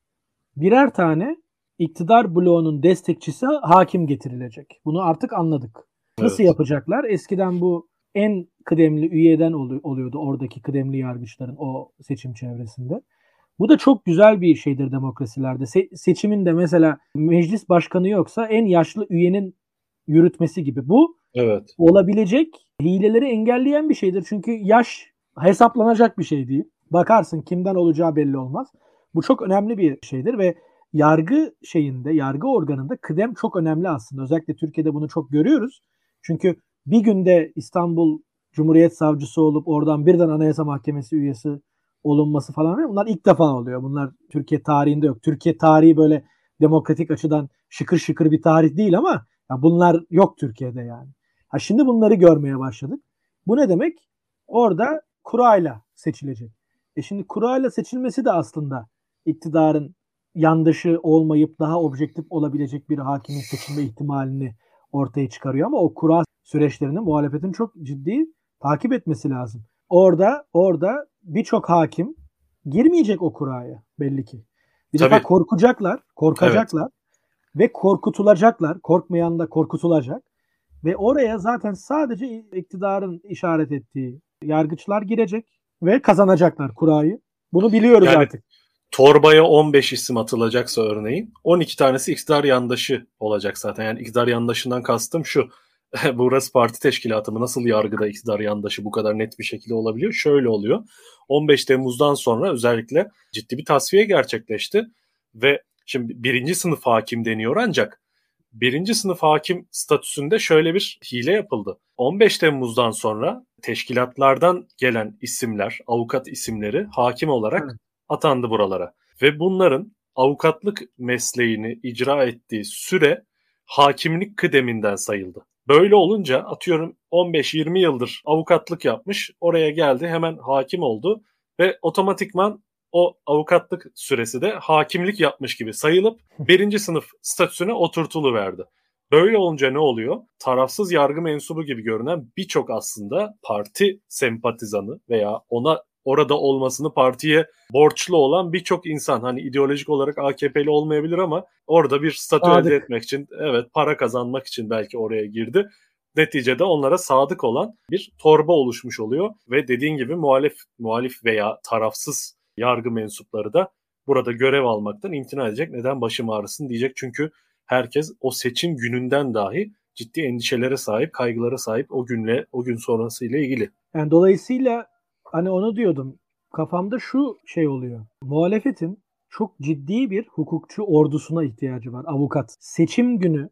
birer tane iktidar bloğunun destekçisi hakim getirilecek. Bunu artık anladık. Nasıl evet. yapacaklar? Eskiden bu en kıdemli üyeden oluyordu oradaki kıdemli yargıçların o seçim çevresinde. Bu da çok güzel bir şeydir demokrasilerde. Se- seçimin de mesela meclis başkanı yoksa en yaşlı üyenin yürütmesi gibi. Bu evet. olabilecek hileleri engelleyen bir şeydir. Çünkü yaş hesaplanacak bir şey değil. Bakarsın kimden olacağı belli olmaz. Bu çok önemli bir şeydir ve yargı şeyinde, yargı organında kıdem çok önemli aslında. Özellikle Türkiye'de bunu çok görüyoruz. Çünkü bir günde İstanbul Cumhuriyet Savcısı olup oradan birden Anayasa Mahkemesi üyesi olunması falan, bunlar ilk defa oluyor. Bunlar Türkiye tarihinde yok. Türkiye tarihi böyle demokratik açıdan şıkır şıkır bir tarih değil ama ya bunlar yok Türkiye'de yani. Ha şimdi bunları görmeye başladık. Bu ne demek? Orada kurayla seçilecek. E şimdi kurayla seçilmesi de aslında iktidarın yandaşı olmayıp daha objektif olabilecek bir hakimin seçilme ihtimalini ortaya çıkarıyor ama o kura süreçlerini muhalefetin çok ciddi takip etmesi lazım. Orada orada birçok hakim girmeyecek o kuraya belli ki. Bir Tabii. defa korkacaklar, korkacaklar evet. Ve korkutulacaklar. Korkmayan da korkutulacak. Ve oraya zaten sadece iktidarın işaret ettiği yargıçlar girecek ve kazanacaklar kurayı. Bunu biliyoruz yani, artık. Torbaya on beş isim atılacaksa örneğin on iki tanesi iktidar yandaşı olacak zaten. Yani iktidar yandaşından kastım şu. Burası parti teşkilatı mı? Nasıl yargıda iktidar yandaşı bu kadar net bir şekilde olabiliyor? Şöyle oluyor. on beş Temmuz'dan sonra özellikle ciddi bir tasfiye gerçekleşti. Ve şimdi birinci sınıf hakim deniyor ancak birinci sınıf hakim statüsünde şöyle bir hile yapıldı. on beş Temmuz'dan sonra teşkilatlardan gelen isimler, avukat isimleri hakim olarak evet. atandı buralara. Ve bunların avukatlık mesleğini icra ettiği süre hakimlik kıdeminden sayıldı. Böyle olunca atıyorum on beş yirmi yıldır avukatlık yapmış, oraya geldi, hemen hakim oldu ve otomatikman o avukatlık süresi de hakimlik yapmış gibi sayılıp birinci sınıf statüsüne oturtuluverdi. Böyle olunca ne oluyor? Tarafsız yargı mensubu gibi görünen birçok aslında parti sempatizanı veya ona orada olmasını partiye borçlu olan birçok insan, hani ideolojik olarak A K P'li olmayabilir ama orada bir statü sadık. elde etmek için, evet, para kazanmak için belki oraya girdi. Neticede onlara sadık olan bir torba oluşmuş oluyor ve dediğin gibi muhalif muhalif veya tarafsız yargı mensupları da burada görev almaktan imtina edecek. Neden başım ağrısın diyecek, çünkü herkes o seçim gününden dahi ciddi endişelere sahip, kaygılara sahip o günle, o gün sonrasıyla ilgili. Yani dolayısıyla hani onu diyordum, kafamda şu şey oluyor. Muhalefetin çok ciddi bir hukukçu ordusuna ihtiyacı var, avukat. Seçim günü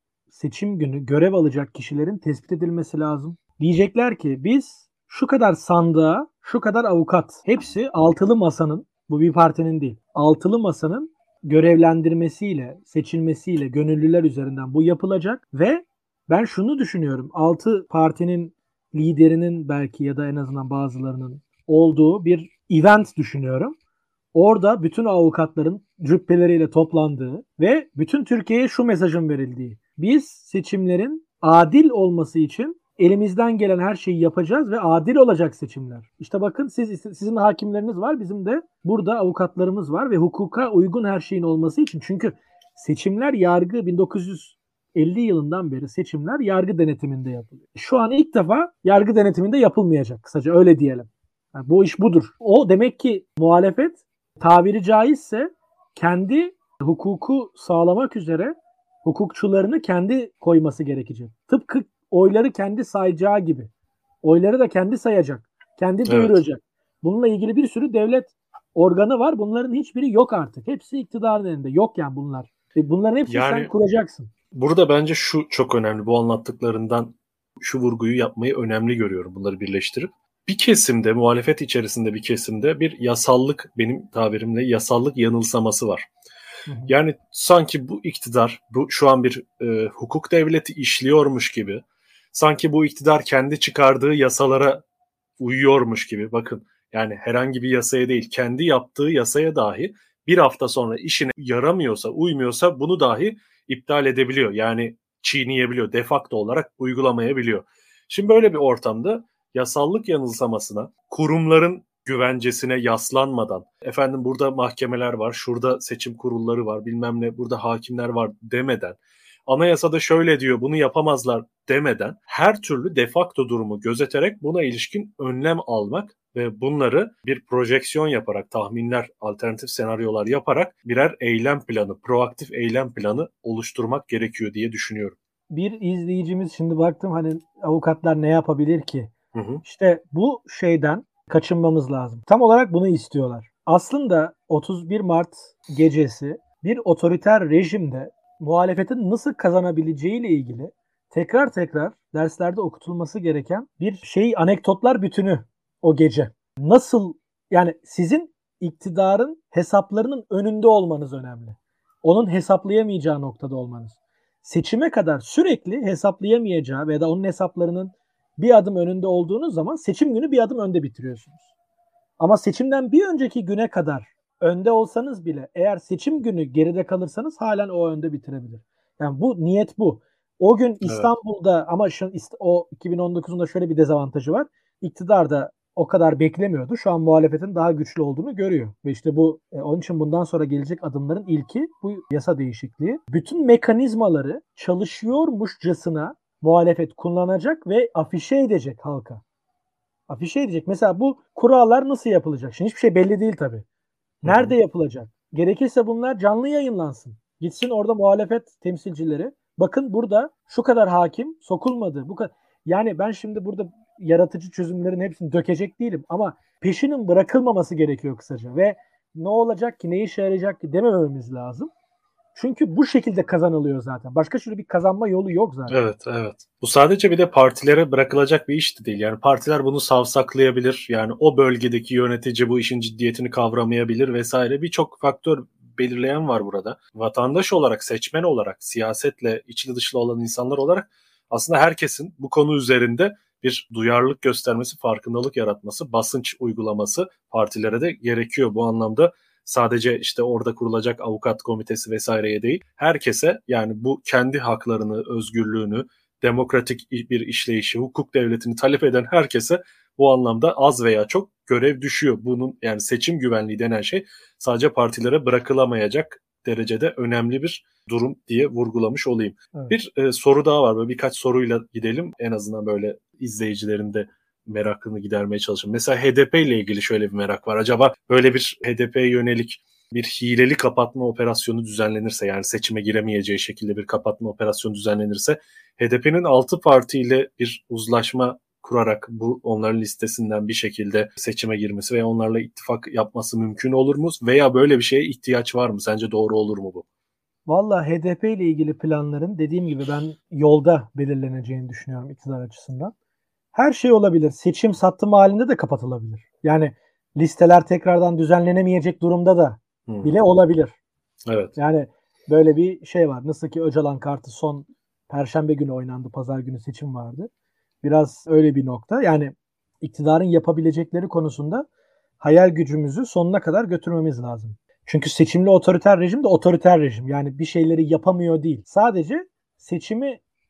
seçim günü görev alacak kişilerin tespit edilmesi lazım. Diyecekler ki biz şu kadar sandığa, şu kadar avukat, hepsi altılı masanın, bu bir partinin değil, altılı masanın görevlendirmesiyle, seçilmesiyle gönüllüler üzerinden bu yapılacak ve ben şunu düşünüyorum. Altı partinin liderinin belki ya da en azından bazılarının olduğu bir event düşünüyorum. Orada bütün avukatların cübbeleriyle toplandığı ve bütün Türkiye'ye şu mesajın verildiği. Biz seçimlerin adil olması için elimizden gelen her şeyi yapacağız ve adil olacak seçimler. İşte bakın siz sizin hakimleriniz var, bizim de burada avukatlarımız var ve hukuka uygun her şeyin olması için. Çünkü seçimler yargı bin dokuz yüz elli yılından beri seçimler yargı denetiminde yapılıyor. Şu an ilk defa yargı denetiminde yapılmayacak, kısaca öyle diyelim. Yani bu iş budur. O demek ki muhalefet tabiri caizse kendi hukuku sağlamak üzere hukukçularını kendi koyması gerekecek. Tıpkı oyları kendi sayacağı gibi. Oyları da kendi sayacak. Kendi duyuracak. Evet. Bununla ilgili bir sürü devlet organı var. Bunların hiçbiri yok artık. Hepsi iktidarın elinde. Yok yani bunlar. Ve bunların hepsini yani, sen kuracaksın. Burada bence şu çok önemli. Bu anlattıklarından şu vurguyu yapmayı önemli görüyorum. Bunları birleştirip. Bir kesimde, muhalefet içerisinde bir kesimde bir yasallık, benim tabirimle yasallık yanılsaması var. Hı hı. Yani sanki bu iktidar, bu şu an bir e, hukuk devleti işliyormuş gibi, sanki bu iktidar kendi çıkardığı yasalara uyuyormuş gibi. Bakın yani herhangi bir yasaya değil, kendi yaptığı yasaya dahi bir hafta sonra işine yaramıyorsa, uymuyorsa bunu dahi iptal edebiliyor. Yani çiğneyebiliyor, de facto olarak uygulamayabiliyor. Şimdi böyle bir ortamda yasallık yanılsamasına, kurumların güvencesine yaslanmadan, efendim burada mahkemeler var, şurada seçim kurulları var, bilmem ne, burada hakimler var demeden, anayasada şöyle diyor, bunu yapamazlar demeden, her türlü de facto durumu gözeterek buna ilişkin önlem almak ve bunları bir projeksiyon yaparak, tahminler, alternatif senaryolar yaparak birer eylem planı, proaktif eylem planı oluşturmak gerekiyor diye düşünüyorum. Bir izleyicimiz, şimdi baktım hani avukatlar ne yapabilir ki? Hı hı. İşte bu şeyden kaçınmamız lazım. Tam olarak bunu istiyorlar. Aslında otuz bir Mart gecesi bir otoriter rejimde muhalefetin nasıl kazanabileceğiyle ilgili tekrar tekrar derslerde okutulması gereken bir şey, anekdotlar bütünü o gece. Nasıl, yani sizin iktidarın hesaplarının önünde olmanız önemli. Onun hesaplayamayacağı noktada olmanız. Seçime kadar sürekli hesaplayamayacağı veya da onun hesaplarının bir adım önünde olduğunuz zaman seçim günü bir adım önde bitiriyorsunuz. Ama seçimden bir önceki güne kadar önde olsanız bile eğer seçim günü geride kalırsanız halen o önde bitirebilir. Yani bu niyet bu. O gün İstanbul'da, evet. Ama şu, o iki bin on dokuzun da şöyle bir dezavantajı var. İktidar da o kadar beklemiyordu. Şu an muhalefetin daha güçlü olduğunu görüyor. Ve işte bu, onun için bundan sonra gelecek adımların ilki bu yasa değişikliği. Bütün mekanizmaları çalışıyormuşçasına muhalefet kullanacak ve afişe edecek halka. Afişe edecek. Mesela bu kurallar nasıl yapılacak? Şimdi hiçbir şey belli değil tabii. Nerede Hı-hı. yapılacak? Gerekirse bunlar canlı yayınlansın. Gitsin orada muhalefet temsilcileri. Bakın burada şu kadar hakim sokulmadı. Bu kadar. Yani ben şimdi burada yaratıcı çözümlerin hepsini dökecek değilim. Ama peşinin bırakılmaması gerekiyor kısaca. Ve ne olacak ki, ne işe yarayacak ki demememiz lazım. Çünkü bu şekilde kazanılıyor zaten. Başka türlü bir kazanma yolu yok zaten. Evet, evet. Bu sadece bir de partilere bırakılacak bir iş de değil. Yani partiler bunu savsaklayabilir. Yani o bölgedeki yönetici bu işin ciddiyetini kavramayabilir vesaire. Birçok faktör belirleyen var burada. Vatandaş olarak, seçmen olarak, siyasetle içli dışlı olan insanlar olarak aslında herkesin bu konu üzerinde bir duyarlılık göstermesi, farkındalık yaratması, basınç uygulaması partilere de gerekiyor bu anlamda. Sadece işte orada kurulacak avukat komitesi vesaireye değil, herkese, yani bu kendi haklarını, özgürlüğünü, demokratik bir işleyişi, hukuk devletini talep eden herkese bu anlamda az veya çok görev düşüyor. Bunun, yani seçim güvenliği denen şey sadece partilere bırakılamayacak derecede önemli bir durum diye vurgulamış olayım. Evet. Bir e, soru daha var. Böyle birkaç soruyla gidelim. En azından böyle izleyicilerin de merakını gidermeye çalışın. Mesela H D P ile ilgili şöyle bir merak var. Acaba böyle bir H D P'ye yönelik bir hileli kapatma operasyonu düzenlenirse, yani seçime giremeyeceği şekilde bir kapatma operasyonu düzenlenirse, H D P'nin altı partiyle bir uzlaşma kurarak bu onların listesinden bir şekilde seçime girmesi veya onlarla ittifak yapması mümkün olur mu? Veya böyle bir şeye ihtiyaç var mı? Sence doğru olur mu bu? Vallahi H D P ile ilgili planların dediğim gibi ben yolda belirleneceğini düşünüyorum iktidar açısından. Her şey olabilir. Seçim sattım halinde de kapatılabilir. Yani listeler tekrardan düzenlenemeyecek durumda da hmm. bile olabilir. Evet. Yani böyle bir şey var. Nasıl ki Öcalan kartı son Perşembe günü oynandı. Pazar günü seçim vardı. Biraz öyle bir nokta. Yani iktidarın yapabilecekleri konusunda hayal gücümüzü sonuna kadar götürmemiz lazım. Çünkü seçimli otoriter rejim de otoriter rejim. Yani bir şeyleri yapamıyor değil. Sadece seçimi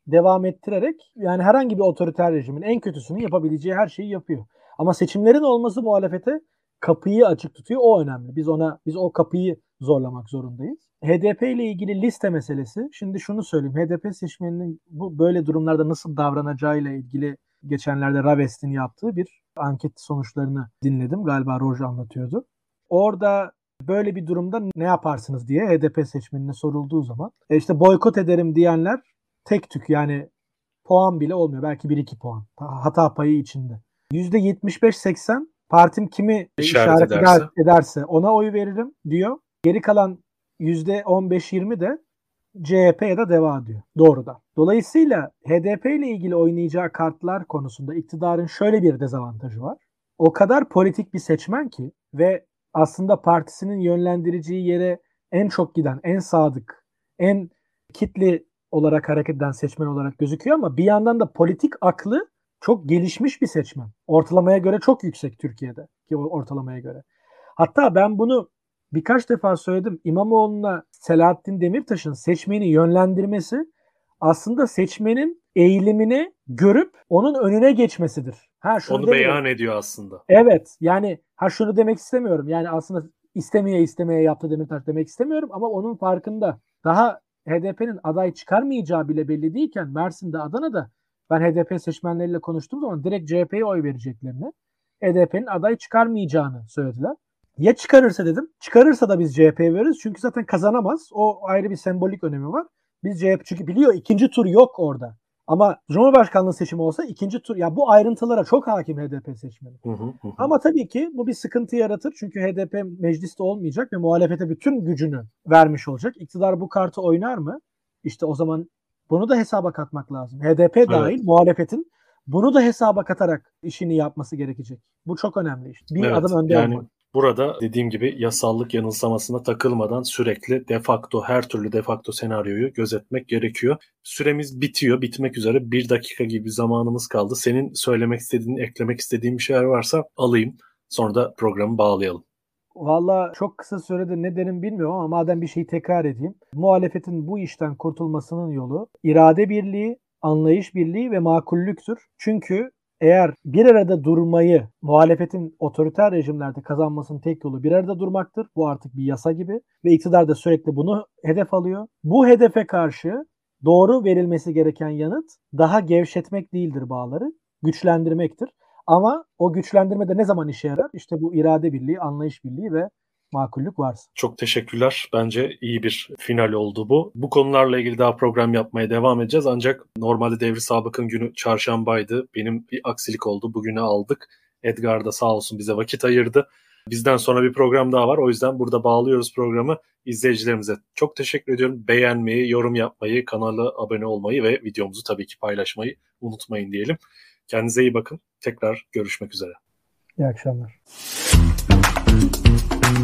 devam ettirerek yani herhangi bir otoriter rejimin en kötüsünü yapabileceği her şeyi yapıyor. Ama seçimlerin olması muhalefete kapıyı açık tutuyor. O önemli. Biz ona biz o kapıyı zorlamak zorundayız. H D P ile ilgili liste meselesi. Şimdi şunu söyleyeyim. H D P seçmeninin bu böyle durumlarda nasıl davranacağıyla ilgili geçenlerde Ravest'in yaptığı bir anket sonuçlarını dinledim. Galiba Roja anlatıyordu. Orada böyle bir durumda ne yaparsınız diye H D P seçmenine sorulduğu zaman e işte boykot ederim diyenler tek tük yani puan bile olmuyor. Belki bir iki puan. Hata payı içinde. yüzde yetmiş beş seksen partim kimi işaret, işaret ederse. ederse ona oy veririm diyor. Geri kalan yüzde on beş yirmi de C H P ya da DEVA diyor. Doğrudan. Dolayısıyla H D P ile ilgili oynayacağı kartlar konusunda iktidarın şöyle bir dezavantajı var. O kadar politik bir seçmen ki ve aslında partisinin yönlendireceği yere en çok giden, en sadık, en kitli olarak hareket eden seçmen olarak gözüküyor ama bir yandan da politik aklı çok gelişmiş bir seçmen. Ortalamaya göre çok yüksek Türkiye'de ki ortalamaya göre. Hatta ben bunu birkaç defa söyledim. İmamoğlu'na Selahattin Demirtaş'ın seçmeni yönlendirmesi aslında seçmenin eğilimini görüp onun önüne geçmesidir. Ha, şunu Onu beyan ediyor aslında. Evet. Yani ha şunu demek istemiyorum. Yani aslında istemeye istemeye yaptı Demirtaş demek istemiyorum ama onun farkında. Daha H D P'nin aday çıkarmayacağı bile belli değilken Mersin'de, Adana'da ben H D P seçmenleriyle konuştuğum zaman direkt C H P'ye oy vereceklerini, H D P'nin aday çıkarmayacağını söylediler. Ya çıkarırsa dedim. Çıkarırsa da biz C H P'ye veririz. Çünkü zaten kazanamaz. O ayrı bir sembolik önemi var. Biz C H P çünkü biliyor ikinci tur yok orada. Ama Cumhurbaşkanlığı seçimi olsa ikinci tur ya bu ayrıntılara çok hakim H D P seçmeni. Hı hı hı. Ama tabii ki bu bir sıkıntı yaratır. Çünkü H D P mecliste olmayacak ve muhalefete bütün gücünü vermiş olacak. İktidar bu kartı oynar mı? İşte o zaman bunu da hesaba katmak lazım. H D P dahil evet. Muhalefetin bunu da hesaba katarak işini yapması gerekecek. Bu çok önemli işte. Bir evet, adım önde yani... olmak. Burada dediğim gibi yasallık yanılsamasına takılmadan sürekli de facto her türlü de facto senaryoyu gözetmek gerekiyor. Süremiz bitiyor, bitmek üzere. Bir dakika gibi zamanımız kaldı. Senin söylemek istediğin, eklemek istediğin bir şeyler varsa alayım. Sonra da programı bağlayalım. Valla çok kısa sürede ne derim bilmiyorum ama madem bir şeyi tekrar edeyim. Muhalefetin bu işten kurtulmasının yolu irade birliği, anlayış birliği ve makullüktür. Çünkü eğer bir arada durmayı, muhalefetin otoriter rejimlerde kazanmasının tek yolu bir arada durmaktır. Bu artık bir yasa gibi ve iktidar da sürekli bunu hedef alıyor. Bu hedefe karşı doğru verilmesi gereken yanıt daha gevşetmek değildir bağları, güçlendirmektir. Ama o güçlendirme de ne zaman işe yarar? İşte bu irade birliği, anlayış birliği ve makullük varsa. Çok teşekkürler. Bence iyi bir final oldu bu. Bu konularla ilgili daha program yapmaya devam edeceğiz. Ancak normalde Devri Sabık'ın günü çarşambaydı. Benim bir aksilik oldu. Bugünü aldık. Edgar da sağ olsun bize vakit ayırdı. Bizden sonra bir program daha var. O yüzden burada bağlıyoruz programı. İzleyicilerimize çok teşekkür ediyorum. Beğenmeyi, yorum yapmayı, kanala abone olmayı ve videomuzu tabii ki paylaşmayı unutmayın diyelim. Kendinize iyi bakın. Tekrar görüşmek üzere. İyi akşamlar.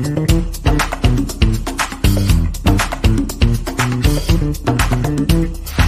Thank you.